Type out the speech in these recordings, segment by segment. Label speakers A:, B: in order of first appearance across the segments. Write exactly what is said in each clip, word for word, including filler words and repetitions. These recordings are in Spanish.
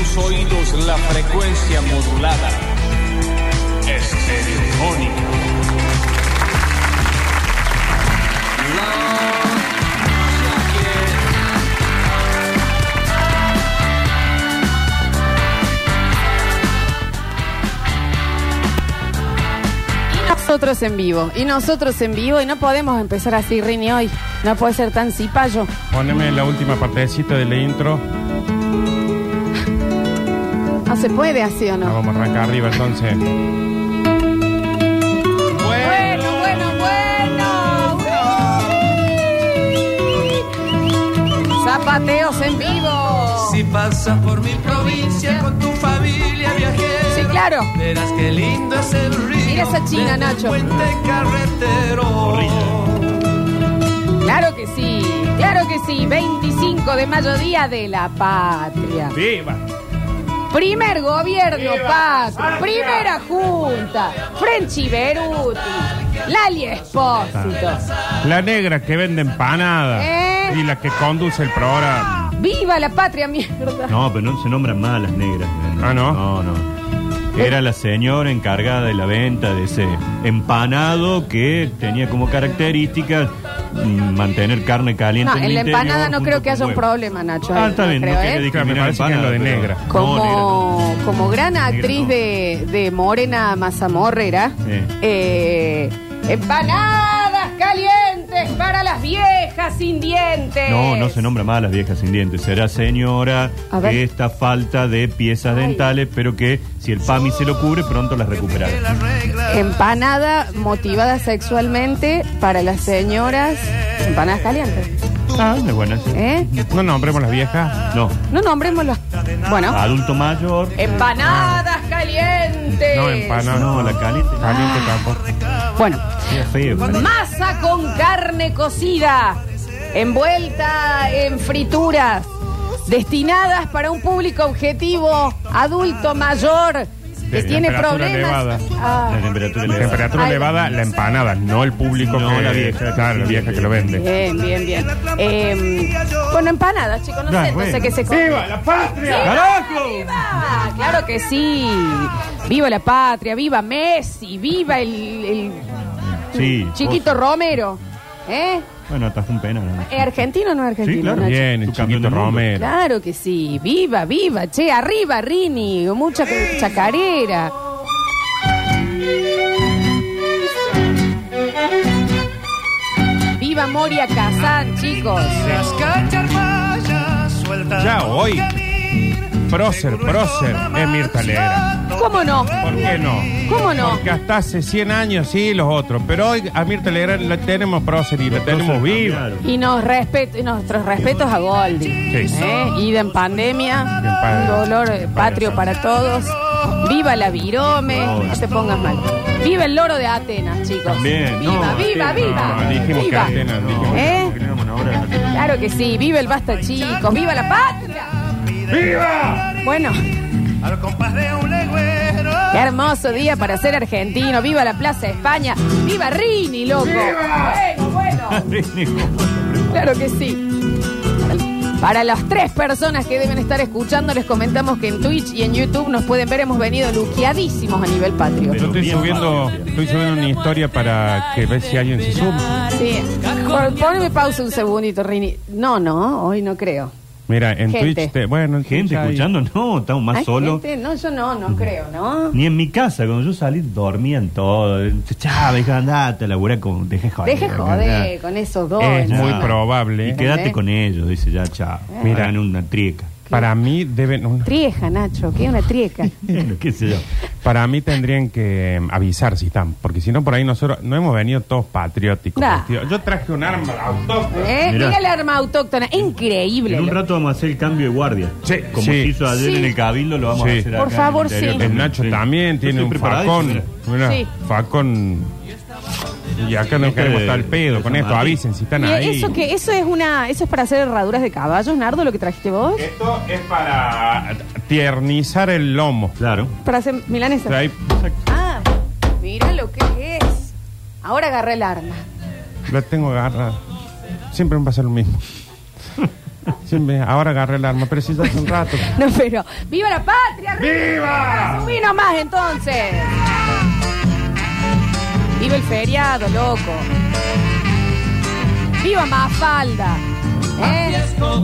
A: tus oídos la frecuencia modulada. Estereofónica.
B: Nosotros en vivo, y nosotros en vivo, y no podemos empezar así, Rini, hoy. No puede ser tan cipayo.
C: Poneme la última partecita de la intro.
B: No se puede así, ¿o no?
C: No, vamos a arrancar arriba entonces.
B: Bueno, bueno, bueno. Zapateos en vivo.
D: Si pasas por mi provincia con tu familia viajera.
B: Sí, claro.
D: Verás qué lindo es el río.
B: Mira esa china, Nacho.
D: Puente carretero.
B: Claro que sí, claro que sí. veinticinco de mayo, Día de la Patria.
C: ¡Viva!
B: Primer gobierno
C: ¡Viva!
B: patrio, primera junta, Frenchi Beruti, Lali Espósito.
C: La negra que vende empanadas
B: ¿Eh?
C: y la que conduce el programa.
B: ¡Viva la patria, mierda!
E: No, pero no se nombran más las negras.
C: Ah, ¿no?
E: No, no. Era la señora encargada de la venta de ese empanado que tenía como característica mm, mantener carne caliente
B: No,
E: en
B: en
E: el
B: la
E: interior
B: empanada no
E: junto
B: creo que
E: con
B: haya un
E: huevo.
B: problema, Nacho.
E: Ah,
B: ahí,
E: está bien, no
B: creo,
E: quería
B: ¿eh?
C: Claro, me
E: discriminar
C: parece que es lo de
E: empanada,
C: negra.
E: pero-
B: Como,
E: No, negra no.
B: como gran actriz
E: no.
B: de, de Morena Mazamorrera,
E: Sí.
B: eh, empanadas calientes para las viejas sin dientes.
E: No, no se nombra más a las viejas sin dientes. Será señora
B: A ver.
E: que esta falta de piezas
B: Ay.
E: dentales, pero que si el PAMI se lo cubre, pronto las recuperará.
B: Empanada motivada sexualmente para las señoras. Empanadas calientes.
E: Ah, es buena. Sí.
B: ¿Eh?
C: No nombremos las viejas.
E: No,
B: No nombremos las. Bueno.
E: adulto mayor.
B: Empanadas calientes.
C: No, empanadas.
E: No, la caliente.
C: Caliente tampoco.
B: Bueno.
E: Es feo.
B: Masa con carne cocida, envuelta en frituras, destinadas para un público objetivo, adulto mayor, que
C: De
B: tiene
C: temperatura
B: problemas.
C: elevada.
B: Ah,
E: La temperatura
C: La
E: elevada.
C: temperatura
B: Ay.
C: elevada, la empanada, no el público
E: No,
C: que...
E: la vieja.
C: Claro, la vieja que lo vende.
B: bien, bien, bien. Eh, bueno, empanadas, chicos, no
E: Ah,
B: sé, no sé
E: bueno.
B: qué se come.
C: ¡Viva la patria!
E: ¡Carajo!
B: ¡Viva! Claro que sí. Viva la patria, viva Messi, viva el, el
E: Sí.
B: chiquito Romero. ¿Eh?
E: Bueno, atajó un penal.
B: ¿Es argentino o no es argentino?
E: Sí, claro.
B: Nacho?
C: Bien, el
E: Tu campeón
C: chiquito
E: del mundo.
C: Romero.
B: Claro que sí, viva, viva, che, arriba Rini, mucha chacarera. Viva Moria Kazán, chicos.
D: Las cacharmayas sueltas.
C: Ya hoy, prócer, prócer, es Mirta Legrand.
B: ¿Cómo no?
C: ¿Por qué no?
B: ¿Cómo no?
C: Porque hasta hace cien años sí los otros, pero hoy a Mirta Legrand la tenemos prócer y la tenemos viva.
E: Claro.
B: Y nos respet- y nuestros respetos a Goldie.
C: Sí.
B: ¿Eh? Ida en pandemia,
C: En pa-
B: un dolor eh, patrio para todos. Viva la virome, no te pongas mal. Viva el loro de Atenas, chicos.
E: También,
B: Viva,
E: no,
B: viva,
E: Atenas,
B: viva.
C: No, dijimos que
B: viva.
C: Atenas, dijimos que-
B: ¿Eh?
E: Que le damos una hora.
B: Claro que sí, viva el basta, chicos, viva la patria.
C: ¡Viva!
B: Bueno,
D: Al compás de un legüero.
B: qué hermoso día para ser argentino. Viva la Plaza España. Viva Rini, loco. Bueno, bueno. Claro que sí. Para las tres personas que deben estar escuchando, les comentamos que en Twitch y en YouTube nos pueden ver. Hemos venido luqueadísimos a nivel patrio.
C: Yo estoy
E: Bien,
C: subiendo,
E: Fabio.
C: estoy subiendo una historia para que veas si alguien se suma.
B: Sí. Pon- Ponme pausa un segundito, Rini. No, no, hoy no creo.
C: Mira, en
B: Gente.
C: Twitch, te- bueno, en
E: Gente
C: Twitch hay-
E: escuchando, no, estamos más
B: ¿Hay
E: solos.
B: gente? No, yo no, no creo, ¿no?
E: Ni en mi casa, cuando yo salí, dormían todos. Chava, hija, andate a laburar con. Deje joder.
B: Deje joder con esos dos.
C: Es
B: ¿no?
C: muy
E: Ya.
C: probable.
E: Y quédate
B: ¿Entendés?
E: con ellos, dice ya, chao.
C: Mira.
E: Hagan una trieca.
C: Para mí deben, un-
B: Trieja, Nacho, que es una trieca.
E: Bueno, qué sé yo.
C: para mí tendrían que eh, avisar si están, porque si no por ahí nosotros no hemos venido todos patrióticos.
B: Nah.
C: vestidos. Yo traje un arma autóctona.
B: ¿Eh?
E: Mirá.
B: Mira el arma autóctona, increíble.
E: En un rato vamos a hacer el cambio de guardia.
C: Sí,
E: Como
C: sí.
E: se hizo ayer
B: Sí.
E: en el Cabildo, lo vamos
C: Sí.
E: a hacer
B: Por
E: acá
B: favor,
E: en el interior
B: sí.
C: El Nacho
E: Sí.
C: también
E: Yo
C: tiene
E: estoy
C: un
E: preparadísimo,
C: facón.
E: mira.
C: Mira,
B: Sí.
C: facón. Y acá no
E: Este
C: queremos
E: de-
C: estar al pedo
E: de
C: con
E: San
C: esto.
E: Martín.
C: Avisen si están
B: ¿Y
C: ahí.
B: eso que eso es una eso es para hacer herraduras de caballos, Nardo, lo que trajiste vos?
C: Esto es para tiernizar el lomo.
E: Claro.
B: Para hacer
C: O sea,
B: milanesa.
C: ahí
B: Ah, mira lo que es. Ahora agarré el arma.
C: la tengo agarrada. Siempre me pasa lo mismo. Sí, me- ahora agarré el arma, pero sí ya hace un rato.
B: No, pero. ¡Viva la patria!
C: ¡Viva!
B: ¡Subí nomás entonces! ¡Viva el feriado, loco! ¡Viva Mafalda! ¿Eh?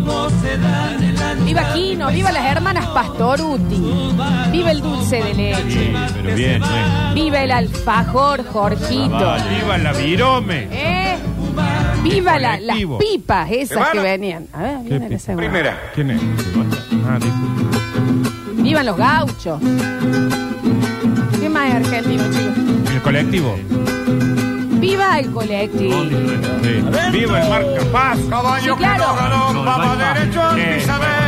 B: ¡Viva Quino! ¡Viva las hermanas Pastoruti! ¡Viva el dulce de
E: Sí,
B: leche!
E: pero bien, ¿eh?
B: ¡Viva el alfajor, Jorgito!
E: Ah, vale.
C: ¡Viva la virome!
B: ¿Eh? ¡Viva la- las
C: Colectivo.
B: pipas esas
C: Hermano.
B: que venían! A ver, viene
C: pi-
B: la segunda.
C: Primera. ¿Quién es? Ah, disculpe.
B: ¡Vivan los gauchos! ¿Qué más es argentino, chicos?
C: El colectivo.
B: ¡Viva el colectivo!
C: Sí. ¡Viva el marcapaso!
B: Sí, claro.
E: No, el bypass.
C: Eh,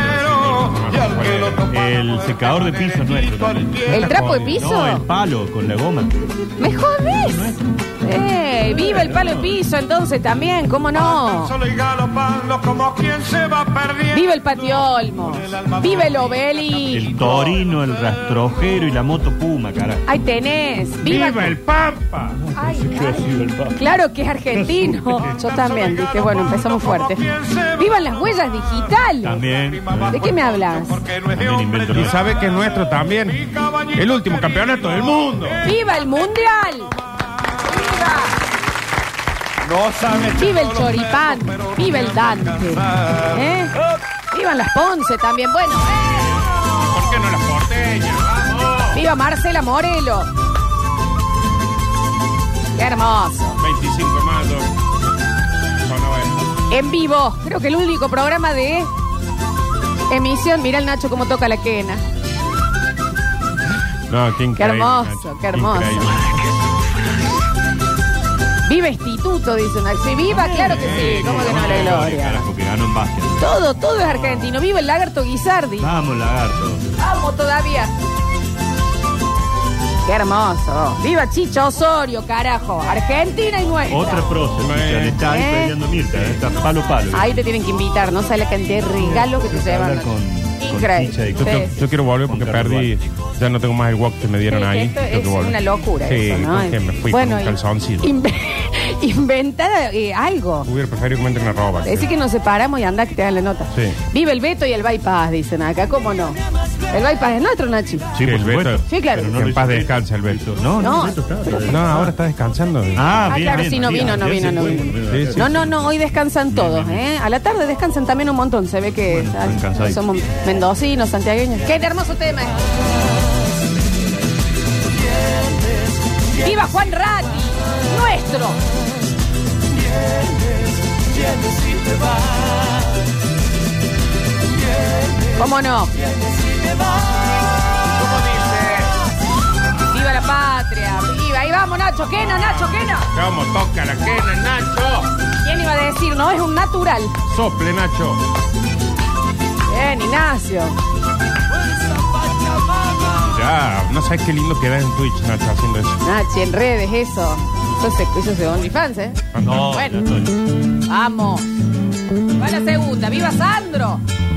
E: El secador de piso nuestro también.
B: ¿El trapo de piso?
E: No, el palo con la goma.
B: ¿Me jodés? ¡Eh! ¡Viva el palo de piso entonces también! ¿Cómo no?
D: Solo y galopando como quien se va perdiendo.
B: ¡Viva el patio Olmo! ¡Viva el Obeli!
E: El torino, el rastrojero y la moto Puma, carajo.
B: ¡Ahí tenés! ¡Viva,
C: ¡Viva el Pampa!
B: Ay,
E: ¿Qué ha
B: ay.
E: sido el Papa?
B: Claro que es argentino. Yo también, dije, bueno, empezamos fuerte. ¡Vivan las huellas digitales!
E: También.
B: ¿De qué me hablas?
D: Porque no es de
E: También
D: hombre.
E: invento
C: Y
E: nuevo.
C: sabe que es nuestro también. El último campeonato del mundo.
B: ¡Viva el Mundial! ¡Viva!
D: No sabe
B: ¡Viva el choripán! ¡Viva el Dante! ¿Eh? ¡Vivan las Ponce también! Bueno, ¿eh?
C: ¿Por qué no las porteñas? ¡Vamos!
B: ¡Viva Marcela Morelo! ¡Qué hermoso!
C: veinticinco de mayo. Sonó esto.
B: En vivo, creo que el único programa de emisión. Mira el Nacho cómo toca la quena.
C: No, qué increíble.
B: Qué hermoso,
C: Nacho.
B: qué hermoso.
C: Increíble.
B: Viva Instituto, dice Nacho. Viva, claro que sí. ¿Cómo que no la gloria?
E: Carajo, que ganó en básquet.
B: Todo, todo es argentino. Viva el Lagarto Guisardi.
E: Vamos, lagarto.
B: Vamos todavía. Qué hermoso. Viva Chicho Osorio, carajo. Argentina y nuestra.
E: Otra prócer,
C: Bueno.
E: le está ahí
B: ¿Eh?
E: peleando Mirta, ¿eh? Está palo palo.
B: Ahí te tienen que invitar, no sabes la cantidad de regalos que te
E: Tengo que
B: llevan.
E: hablar con- con
B: Increíble.
E: Chicha y
C: Yo,
E: con-
C: quiero- yo quiero volver porque
E: Con Carlos
C: perdí. Ya no tengo más el wok que me dieron
B: Sí,
C: ahí.
B: esto
C: Tengo
B: es
C: que volver.
B: una locura
C: Sí,
B: eso, ¿no?
C: porque me fui
B: Bueno,
C: con un
B: y-
C: calzoncillo.
B: Inve- Inventar eh, algo.
C: Hubiera preferido que me entren a robar.
B: Decir que nos separamos y anda que te dan la nota.
C: Sí.
B: Vive el Beto y el bypass, dicen acá, ¿cómo no? El bypass es nuestro, Nachi.
E: Sí, por
C: el Beto.
E: supuesto.
B: Sí, claro.
E: Pero
C: Que en
E: lo
C: paz
E: hizo
C: descanse el Beto.
E: No, no,
B: No,
E: el Beto está todavía.
C: No, ahora está descansando.
E: Ah,
B: Ah,
E: bien,
B: claro,
E: bien,
B: sí, no
E: bien,
B: vino, no
E: bien,
B: vino,
E: se
B: no
E: fue.
B: vino.
C: Sí, sí.
B: No, no, no, hoy descansan todos, ¿eh? A la tarde descansan también un montón, se ve que
E: Bueno,
B: ah,
E: están cansaditos.
B: somos mendocinos, santiagueños. ¡Qué hermoso tema! ¡Viva Juan Ratti! ¡Nuestro! ¿Cómo no? ¡Viva la patria! ¡Viva! Ahí vamos, Nacho, Quena, Nacho, Quena.
C: ¿Cómo toca la quena, Nacho?
B: ¿Quién iba a decir? No, es un natural.
C: Sople, Nacho.
B: Bien, Ignacio.
C: Ya, no sabes qué lindo queda en Twitch, Nacho, haciendo eso.
B: Nachi, en redes, eso. Eso se, eso se OnlyFans, ¿eh?
E: No,
B: Bueno.
E: ya estoy.
B: Vamos. Va la segunda. ¡Viva Sandro!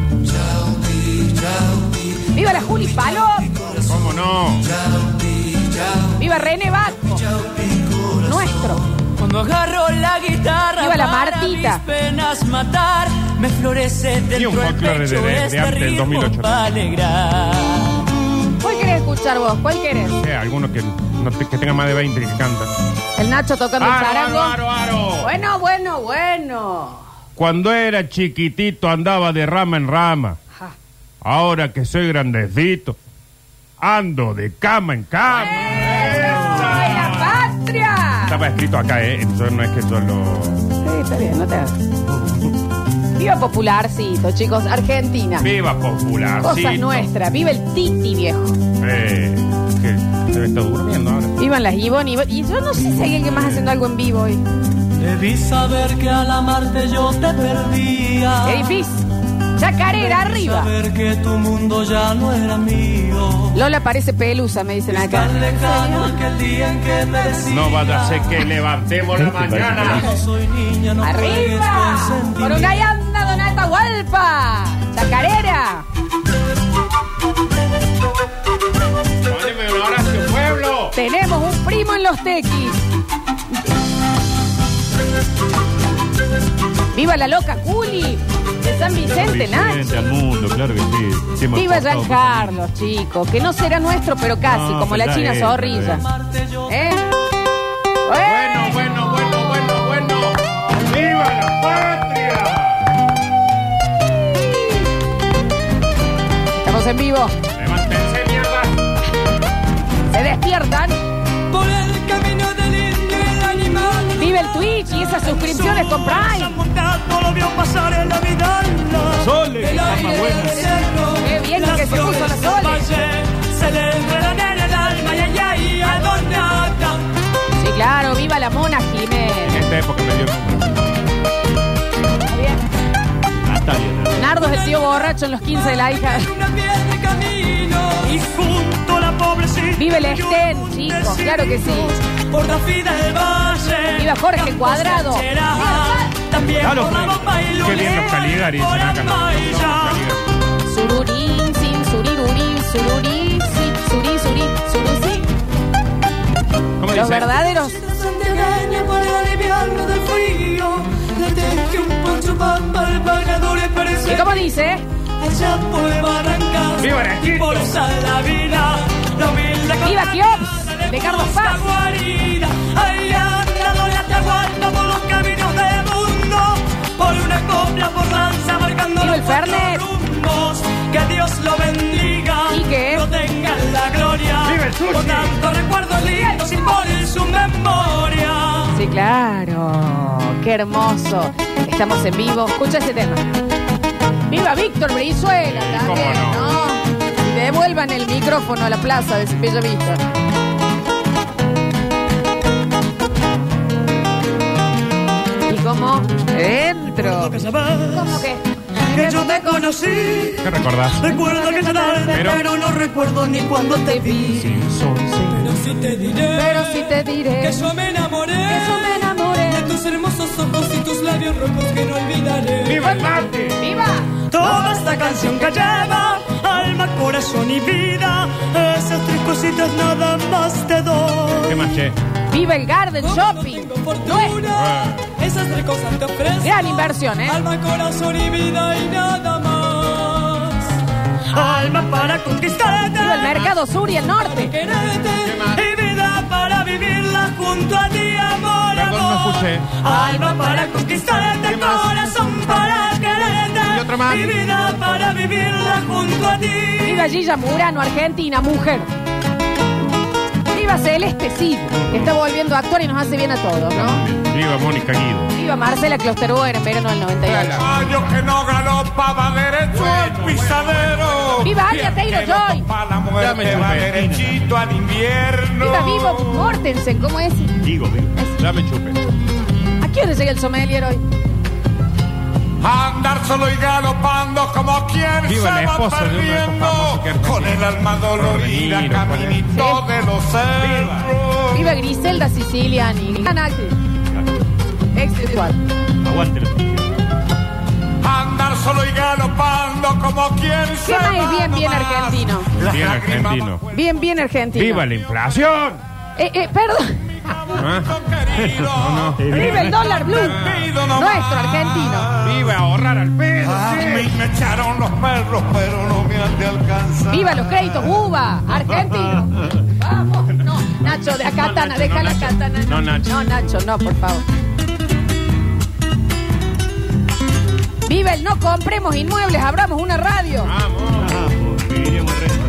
B: ¡Viva la Juli Palop!
C: ¿Cómo no?
B: ¡Viva René Baco! Nuestro.
F: Cuando agarro la guitarra
B: Viva la
F: para
B: Martita.
F: mis penas matar, me florece
C: Y
F: dentro
C: un
F: el
C: folclore
F: pecho
C: de- de- de
F: este
C: antes del dos mil ocho.
F: ritmo pa' alegrar.
B: ¿Cuál querés escuchar vos? ¿Cuál querés?
C: Sí, alguno que, no te- que tenga más de veinte que canta.
B: El Nacho tocando el
C: ¡Aro,
B: charango.
C: aro, aro, aro!
B: Bueno, bueno, bueno.
C: Cuando era chiquitito andaba de rama en rama.
B: Ja.
C: Ahora que soy grandecito, ando de cama en cama.
B: ¡Ay, la patria!
C: Estaba escrito acá, ¿eh? Entonces no es que yo lo...
B: Sí, está bien, no te hagas. Viva Popularcito, chicos. Argentina.
C: Viva popular.
B: Cosas nuestras. Viva el Titi, viejo.
C: Eh, que debe estar durmiendo ahora.
B: Vivan las Ivonne. Y y yo no sé si hay alguien más haciendo algo en vivo hoy.
F: Debí saber que al amarte yo te perdía.
B: Qué difícil. Chacarera, arriba.
F: Saber que tu mundo ya no era mío.
B: Lola parece pelusa, me dicen acá.
F: Tan lejano aquel día en que me decías.
C: No vaya a ser que levantemos la mañana.
F: No soy niña, no juegues
B: ¡Arriba!
F: con
B: Por un anda, Don Atahualpa. Chacarera.
C: Póneme un Horacio Pueblo.
B: Tenemos un primo en los tequis. ¡Viva la loca Culi! San Vicente, Nacho.
E: Al mundo, claro que sí. Sí hemos
B: Viva
E: apostado
B: San
E: por-
B: Carlos, chicos. Que no será nuestro, pero casi,
E: No,
B: como
E: pero
B: la
E: ya
B: China
E: es,
B: zorrilla. ¿Eh?
C: Bueno, bueno, bueno, bueno, bueno. ¡Viva la patria!
B: Estamos en vivo.
C: Levántense, mierda.
B: Se despiertan.
F: Por el camino del indio y el animal.
B: Vive el Twitch y esas suscripciones con Prime.
F: No lo vio pasar en la vida.
E: Sole,
F: El
E: que está
F: aire
E: más buena.
F: del cerro,
B: Qué bien
F: las
B: que se puso
F: flores
B: la
F: del
B: Sole.
F: valle, se le enredan en el alma y allá y adornada.
B: Sí, claro. Viva la Mona
C: En
B: Jiménez.
C: esta época me dio el número.
B: Está bien.
E: Natalia.
B: Nardo es el tío borracho en los quince de la hija.
F: En una piel de camino y junto a la pobrecita.
B: Vive el Estén, chicos, claro que sí.
F: Por la fila del valle.
B: Viva Jorge Cuadrado.
F: También
E: Claro,
F: por la
E: Fred.
F: bomba y
C: Qué bien los Caligari, dicen acá. No, no,
B: Sururín, sin, surirurín, sururí, sí, surí, surí, sururí.
C: ¿Cómo
B: Los
C: dice?
B: verdaderos.
F: Santiagueña para aliviarlo del frío. Le teje un poncho para el pagador y parece.
B: ¿Y cómo dice?
F: Allá por Barrancas.
C: ¡Viva Argentina!
F: Por Salavina. La humilde
B: ¡Viva
F: compañera
B: Kiops! De Carlos
F: nuestra
B: Paz.
F: guarida. Ahí anda Doña Atahualpa por los caminos del mundo. Por una copla por lanza marcando
B: ¡Viva el
F: los cuatro
B: Fernet!
F: rumbos. Que Dios lo bendiga.
B: ¿Y qué?
F: No tenga la gloria.
C: ¡Viva el sushi!
F: Por tanto recuerdos lindos y por su memoria.
B: Sí, claro. Qué hermoso. Estamos en vivo. Escucha ese tema. ¡Viva Víctor Brizuela!
C: ¿Cómo
B: También,
C: no?
B: ¿no? Y devuelvan el micrófono a la plaza de Bella Vista. ¿Y cómo? Dentro.
F: Que sabes
B: ¿Cómo que?
F: que yo te conocí.
C: ¿Qué recordás?
F: Recuerdo que tarde,
C: Pero-
F: pero, no recuerdo ni cuándo te vi. Pero sí te diré.
B: Pero sí te diré
F: que yo me enamoré.
B: que yo me enamoré.
F: De tus hermosos ojos y tus labios rojos que no olvidaré.
C: ¡Viva el mate!
B: ¡Viva!
F: Toda esta canción que lleva alma, corazón y vida. Esas tres cositas nada más te doy.
C: ¿Qué más, che?
B: ¡Viva el Garden
F: Como
B: Shopping!
F: No tengo fortuna, esas tres cosas te ofrezco.
B: Gran inversión, ¿eh?
F: Alma, corazón y vida y nada más. Alma para conquistarte.
B: ¡Viva el Mercado Sur y el Norte!
F: Quererte y vida para vivirla junto a ti, amor.
C: Perdón, no
F: amor.
C: escuché.
F: Alma para conquistarte,
C: ¿Qué más?
F: corazón para quererte.
C: ¿Y otra más?
F: Y vida para vivirla junto a ti.
B: ¡Viva Gilla Murano, Argentina, mujer! ¡Viva Celeste Cid, que está volviendo a actuar y nos hace bien a todos, ¿no?
C: Viva Mónica Guido.
B: ¡Viva Marcela Klosterboer en verano del noventa y ocho!
A: Años que no galopaba derecho el pisadero.
B: ¡Viva Anya Taylor-Joy!
A: Para la
C: Dame
A: muerte
C: chupé.
A: va derechito al invierno.
B: ¡Viva Vivo Mortensen! ¿Cómo es?
E: Digo, digo.
C: Dame chupe.
B: ¿A qué hora llega el sommelier hoy?
A: Andar solo y galopando como quien
C: Viva
A: se
C: la
A: va
C: esposa de uno de estos
A: perdiendo.
C: famosos que es
A: Con el alma dolorida,
C: Argentino,
A: caminito
B: ¿sí?
A: de los cerros.
B: ¡Viva Griselda Siciliani! Gran actriz. Ex-sexual.
E: Aguante la función.
A: Andar solo y galopando como quien se
B: ¿Qué más es
A: va
B: bien, bien
A: nomás.
B: argentino?
A: Las
C: Bien
A: lágrimas
C: argentino.
A: bajo el
B: Bien, bien argentino.
C: ¡Viva la inflación!
B: Eh, eh, perdón.
C: ¿Ah?
A: querido.
C: No, no.
B: ¡Viva el dólar blue! Nuestro argentino.
C: ¡Viva ahorrar al pedo!
A: A mí me echaron los perros, pero no me han de alcanzar.
B: ¡Viva los créditos uva! ¡Argentino! ¡Vamos! No, Nacho, de a katana,
C: Nacho,
B: deja
C: no,
B: la
C: Nacho.
B: katana.
C: No, Nacho.
B: No, Nacho, no, por favor. ¡Viva el no compremos inmuebles, abramos una radio!
C: ¡Vamos!
E: Vamos, viviríamos el resto.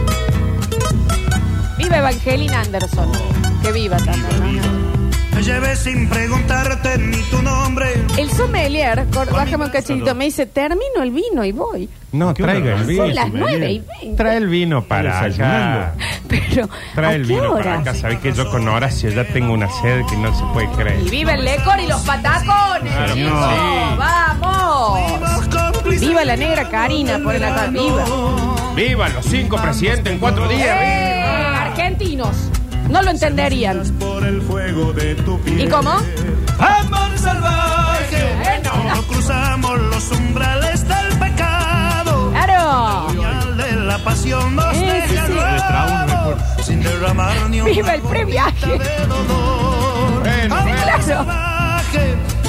B: ¡Viva Evangelina Anderson! Que viva también, ¿no?
G: Me llevé sin preguntarte ni tu nombre.
B: El sommelier, cor- bájame un cachito, me dice, termino el vino y voy.
C: No,
E: ¿Qué
C: traiga
E: hora?
C: el vino.
B: Son las
E: sommelier.
B: nueve y veinte.
C: Trae el vino para acá.
E: desayunando.
B: Pero,
C: Trae
B: ¿a
C: el
B: qué
C: vino
B: hora?
C: para acá. Sabés que yo con Horacio ya tengo una sed que no se puede
B: Y
C: creer.
B: viva el lecor y los patacones,
C: Claro,
B: chicos.
C: sí.
B: ¡Vamos! ¡Viva la negra Karina! Ponen acá, ¡viva!
C: ¡Viva los cinco presidentes en cuatro días!
B: ¡Eh! Argentinos. No lo entenderían.
G: Por el fuego de tu piel.
B: ¿Y cómo?
G: Amor salvaje. No cruzamos los umbrales del pecado.
B: ¡Claro!
G: Señal de la pasión nos
B: Sí,
G: deja
B: sí, sí.
G: luego, sin derramar ni un
B: ¡Viva el previaje!
G: de dolor.
C: Bueno,
G: Amor
B: claro.
G: salvaje,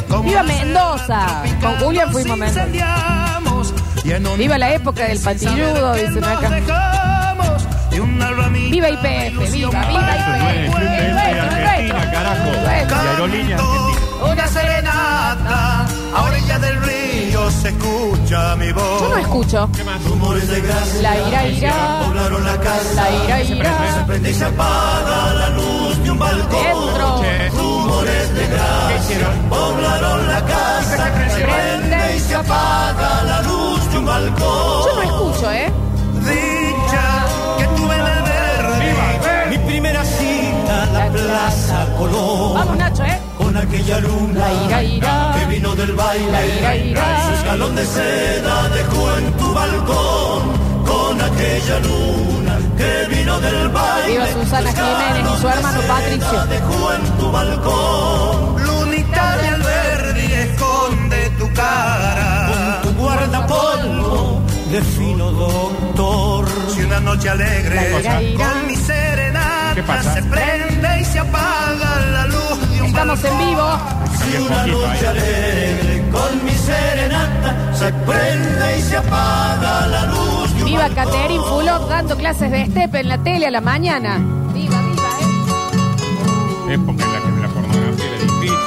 B: Viva Mendoza. Con Julián fuimos a Mendoza. Viva la época del patilludo, dicen acá. Viva I P F, viva, viva I P F.
E: Argentina, carajo. Y aerolíneas argentinas.
G: Una serenata a orilla del río se escucha mi voz.
B: Yo no escucho.
G: Rumores de gracia.
B: La ira, ira.
G: Poblaron la casa.
B: La ira, ira.
G: Se prende y se apaga la luz de un balcón.
B: Dentro.
G: Rumores de gracia. Poblaron la casa. Se prende y se apaga la luz de un balcón.
B: Yo no escucho, ¿eh?
G: Dicha que tuve en el verde. Mi primera cita en la Plaza Colón.
B: Vamos, Nacho, ¿eh?
G: Con aquella luna
B: La ira, ira.
G: que vino del baile.
B: La ira, ira.
G: Su escalón de seda dejó en tu balcón. Con aquella luna que vino del baile.
B: Viva Susana Jiménez y su hermano Patricio.
G: Dejó en tu balcón. Lunita de Alberdi esconde tu cara. Con tu guardapolvo de fino doctor. Si una noche alegre
B: La ira, ira.
G: con mi serenata
C: ¿Qué pasa?
G: se prende y se apaga la luz de un
B: Estamos en vivo.
G: Si una noche alegre con mi serenata se prende y se apaga la luz de un
B: Viva
G: balcón.
B: Caterin Fulop dando clases de step en la tele a la mañana. Viva, viva, ¿eh?
C: Época en la que la pornografía era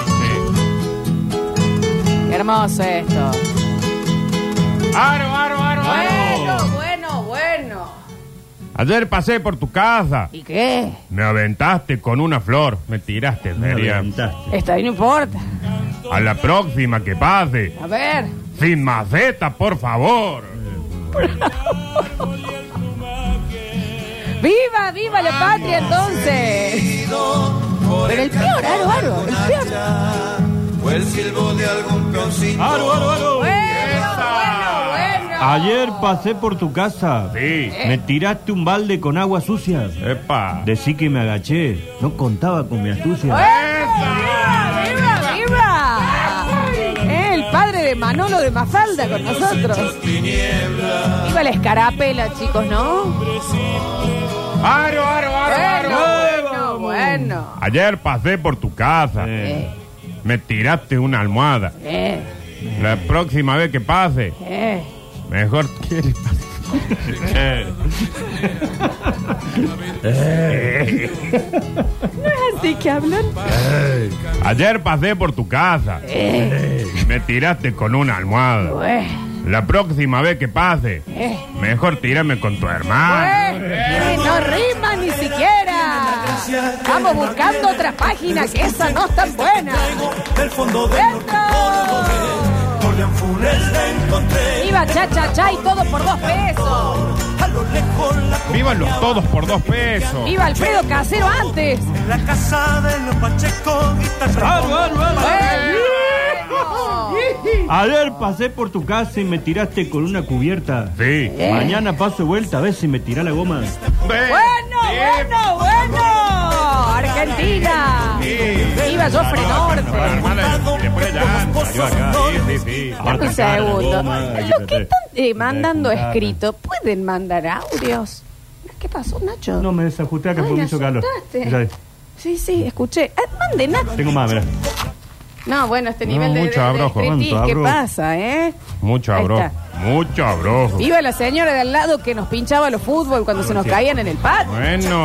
C: difícil, che.
B: Qué hermoso esto.
C: ¡Aro, aro, aro,
B: Bueno,
C: aro!
B: bueno, bueno.
C: Ayer pasé por tu casa.
B: ¿Y qué?
C: Me aventaste con una flor. Me tiraste,
E: Me
C: Feria.
E: aventaste.
B: Está ahí, no importa.
C: A la próxima que pase.
B: A ver.
C: Sin maceta, por favor.
B: ¡Viva, viva la patria entonces! Pero el peor, Aro, Aro, el peor.
G: Fue el silbo de algún peoncito.
E: ¡Aro, aro, aro!
B: Bueno, bueno, bueno.
E: Ayer pasé por tu casa.
C: Sí.
E: Me tiraste un balde con agua sucia.
C: Epa.
E: Decí que me agaché. No contaba con mi astucia.
B: ¡Viva, viva, viva! Eh, el padre de Manolo de Mafalda con nosotros. Viva la escarapela, chicos, ¿no?
C: ¡Aro, aro, aro,
B: Bueno,
C: aro!
B: bueno, bueno.
C: Ayer pasé por tu casa.
E: Eh.
B: Eh,
C: Me tiraste una almohada.
B: eh,
C: La próxima vez que pase,
B: eh.
C: mejor quieres
B: ¿No es así que hablan?
C: Ayer pasé por tu casa.
B: Eh,
C: Me tiraste con una almohada.
B: bueno,
C: La próxima vez que pase,
B: eh.
C: mejor tírame con tu hermano.
B: Bueno, eh, no rima ni siquiera. Estamos buscando otra página que esa no es tan buena.
G: Del fondo de
B: ¡Dentro!
G: Jordan Funes la encontré.
B: Viva cha cha cha y todo por dos pesos.
G: A lo lejos la
C: Vivan los todos por dos pesos.
B: Viva Alfredo Casero antes.
G: la casa de los Pacheco. Guitarra.
E: ¡Aro, aro, aro!
B: Bueno.
E: Ayer pasé por tu casa y me tiraste con una cubierta.
C: Sí.
E: Mañana paso de vuelta a ver si me tira la goma.
B: Bueno, bueno, bueno. Argentina. Viva Joffre Norte.
C: Y después ya salió acá. Sí, sí, sí.
B: Dame un segundo. Los que están eh, mandando escrito, ¿pueden mandar audios? ¿Qué pasó, Nacho?
E: No, me desajusté acá
B: Ay,
E: porque me
B: me
E: hizo calor.
B: asustaste.
E: Ya,
B: Sí, sí, escuché. Ah, manden Nacho.
E: tengo más, mira.
B: No, bueno, este
C: No,
B: nivel de,
C: mucho
B: de, de
C: abrojo,
B: striptease,
E: ¿cuánto
B: ¿qué
E: abrojo?
B: pasa, eh?
C: Mucho
B: Ahí
C: abrojo.
B: está.
C: Mucho abrojo.
B: Viva la señora de al lado que nos pinchaba los fútbol cuando se nos caían en el patio.
C: Bueno.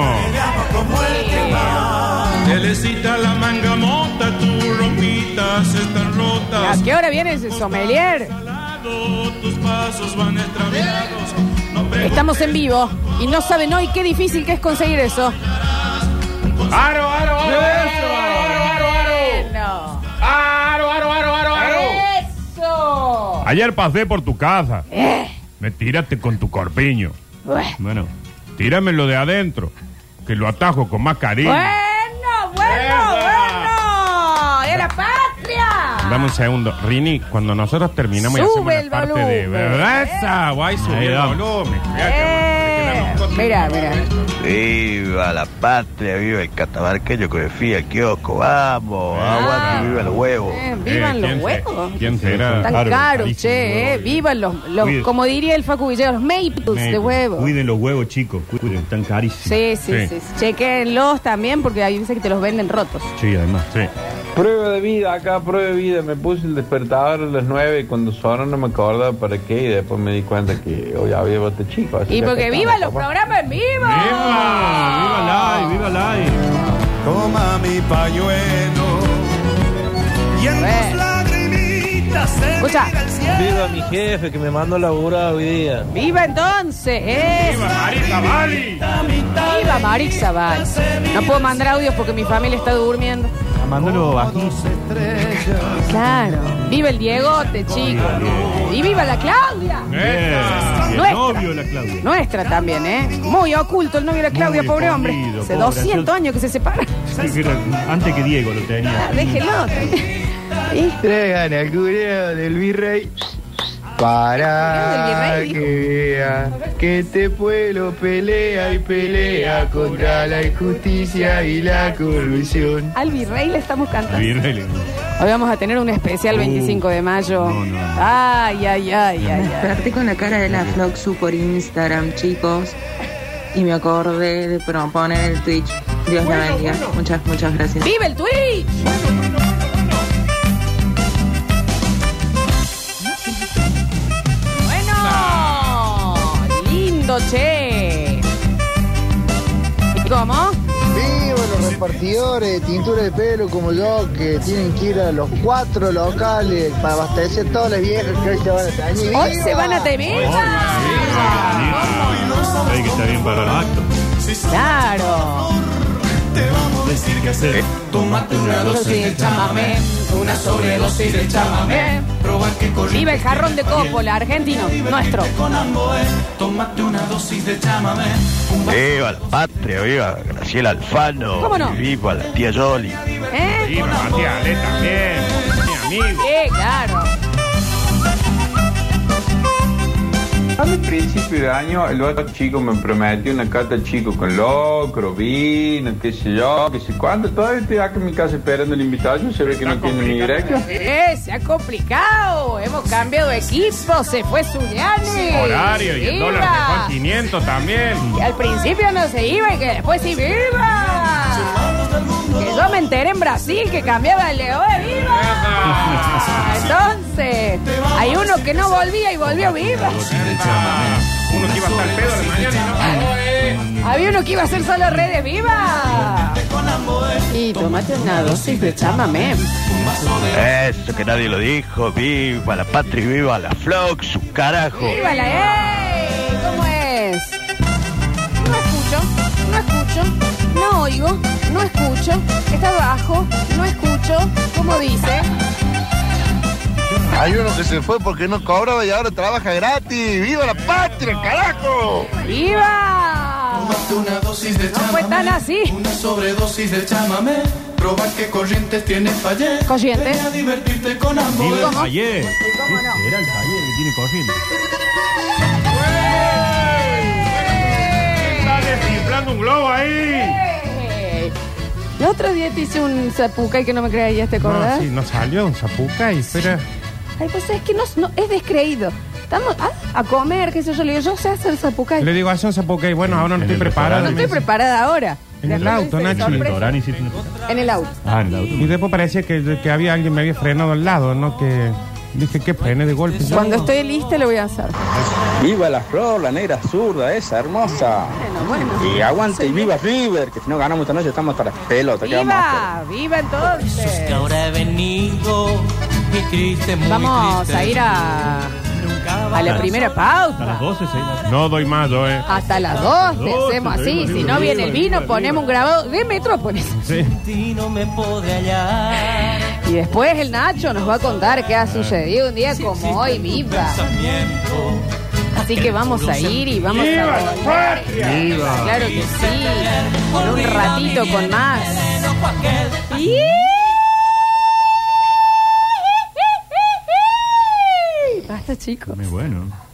A: Telecita la manga mota, tus rompitas están rotas.
B: ¿A qué hora viene ese sommelier?
A: Tus pasos van extraviados. No
B: Estamos en vivo y no saben hoy qué difícil que es conseguir eso.
C: ¡Aro, aro, aro, aro, aro, aro,
B: Bueno.
C: aro, aro, aro, aro, aro!
B: ¡Eso!
C: Ayer pasé por tu casa.
B: Eh.
C: Me tiraste con tu corpiño.
B: Bueno,
E: Bueno,
C: Tíramelo de adentro, que lo atajo con más cariño.
B: bueno, bueno. bueno. ¡Y a la patria!
C: Dame un segundo. Rini, cuando nosotros terminamos y
B: Sube
C: hacemos
B: el
C: la parte de
B: volumen.
C: verdad, guay, sube
E: Ahí
C: el
E: va.
C: volumen.
B: Eh, mira, mira.
H: Viva la patria, viva el catamarqueño que me fui al kiosco, vamos, aguante, viva el huevo.
B: Eh, vivan
C: Eh,
B: los
C: ¿quién se-
B: huevos.
C: ¿Quién será?
B: Tan
E: Claro,
B: caros,
E: carísimo,
B: che, eh. Vivan los, los
E: Cuide.
B: como diría el Facu Villegas, los maples de huevo.
E: cuiden los huevos, chicos. Cuiden, están carísimos.
B: Sí, sí,
C: Sí.
B: sí, sí. Chequenlos también porque ahí dice que te los venden rotos.
E: Sí, además.
C: Sí.
I: Prueba de vida, acá prueba de vida. Me puse el despertador a las nueve y cuando sonó no me acordaba para qué y después me di cuenta que hoy había bote chico.
B: Y porque viva los programas en vivo.
E: ¡Viva! ¡Viva live! ¡Viva live!
G: Toma mi pañuelo y en
B: Bueno.
G: tus lagrimitas se
B: Escucha.
G: mira el cielo.
J: Viva mi jefe que me mandó a laburar hoy día.
B: Viva entonces, eh.
C: ¡Viva Marisa Bali!
B: Viva Marisa Bali. No puedo mandar audios porque mi familia está durmiendo.
E: Mándalo bajito.
B: Claro. Viva el Diegote, chicos. Y viva la Claudia.
E: Bien. Y el
B: Nuestra.
E: novio de la Claudia.
B: Nuestra también, ¿eh? Muy oculto el novio de la Claudia,
E: Muy
B: pobre hombre.
E: escondido,
B: Hace
E: pobre.
B: doscientos años que se separan.
E: Sí, que era antes que Diego lo tenía.
B: Ah, déjelo. ¿Y?
H: Traigan al cureo del virrey para
B: ¿El virrey,
H: que vea que este pueblo pelea y pelea contra la injusticia y la corrupción.
B: Al virrey le estamos cantando.
E: Virrey.
B: Hoy vamos a tener un especial veinticinco de mayo.
E: no, no.
B: Ay, ay, ay, ay, ay.
K: Desperté con la cara de la Floxu por Instagram, chicos, y me acordé de proponer el Twitch. Dios la bendiga. Muchas, muchas gracias.
B: ¡Viva el Twitch! Bueno, lindo, che. ¿Cómo?
L: Viva los repartidores de tintura de pelo como yo que tienen que ir a los cuatro locales para abastecer todas las viejas que hoy se van a tener.
B: Hoy se van a tener.
E: Hay que estar bien para el acto.
B: Claro.
G: Decir que hacer. Tómate una dosis de chamamé, una sobredosis de chamamé. Proba que corriente.
B: Viva el jarrón de Coppola, argentino, nuestro.
G: Con Amboé, tómate una dosis de chamamé.
H: Viva la patria, viva Graciela Alfano.
B: ¿Cómo no?
H: Viva la tía Yoli.
B: ¿Eh?
C: ¡Viva Matías Ale también! Mi amigo.
B: Sí, claro.
I: A mi principio de año, el otro chico me prometió una cata chico con locro, vino, qué sé yo, qué sé cuánto. Todavía estoy acá en mi casa esperando la invitación. Se ve que no tiene mi directo.
B: Eh, se ha complicado. Hemos cambiado de equipo. Se fue Zuliani.
C: Horario y el dólar se fue a quinientos también.
B: Que al principio no se iba y que después sí viva. Que yo me enteré en Brasil que cambiaba el Leo de viva. Entonces, hay uno que no volvía y volvió viva.
C: Uno que iba a estar pedo de mañana y no.
B: Había uno que iba a hacer solo redes viva. Y tomate una dosis de chámame.
H: Eso que nadie lo dijo. Viva la patria y viva la Flox, su carajo.
B: ¡Viva la ey! ¿Cómo es? No escucho, no escucho, no oigo, no escucho. Está bajo, no escucho. ¿Cómo dice?
L: Hay uno que se fue porque no cobraba y ahora trabaja gratis. ¡Viva la patria, carajo!
B: ¡Viva!
G: Tómate una dosis de
B: No fue
G: chamamé,
B: tan así.
G: una sobredosis de chamamé. Proba que Corrientes tiene Fallé.
B: Corrientes.
G: Ven a divertirte con Amboé.
E: Viva el
B: ¿Cómo?
E: taller.
B: ¿Cómo no?
E: Era el taller que tiene corriente.
C: Está desinflando un globo ahí.
B: ¡Ey! El otro día te hice un zapucay que no me creías, ¿te acordás?
C: No, sí, no salió un zapuca y espera.
B: Ay, pues es que no, no es descreído. Estamos a, a comer, qué sé yo. Le digo, yo sé hacer zapucay.
C: Le digo, hace un zapuca y bueno, ahora no
E: En
C: estoy
E: el
C: preparado.
B: No estoy preparada ahora.
C: En el
B: Después
C: auto,
B: de
C: Nacho.
E: En el
B: sorpresa.
E: restaurante hiciste una-
B: En el auto.
E: Ah, en el auto.
C: Y después parecía que, que había alguien me había frenado al lado, ¿no? Que dije que frené de golpe.
B: Cuando estoy lista, lo voy a hacer.
J: Viva la flor, la negra zurda, esa hermosa.
B: Bueno, bueno.
J: Y aguante y viva River, que si no ganamos esta noche estamos hasta las pelotas. ¿qué vamos a hacer?
B: ¡Viva! ¡Viva entonces!
D: Ahora he venido y triste, muy
B: Vamos
D: triste.
B: a ir a, a la primera
E: A las
B: pausa.
E: doce, sí.
C: No doy más, yo, eh.
B: Hasta las doce
E: doce,
B: hacemos así.
E: arriba,
B: Si
E: arriba,
B: no viene el
E: arriba,
B: vino,
E: arriba,
B: ponemos un grabado de Metrópolis.
C: Sí.
D: Y no me podré hallar.
B: Y después el Nacho nos va a contar qué ha sucedido un día como hoy. ¡Viva! Así que vamos a ir y vamos
C: ¡Viva
B: a...
C: la patria!
E: Viva.
B: Claro que sí. En un ratito con más. ¡Y! Basta, chicos.
E: Muy bueno.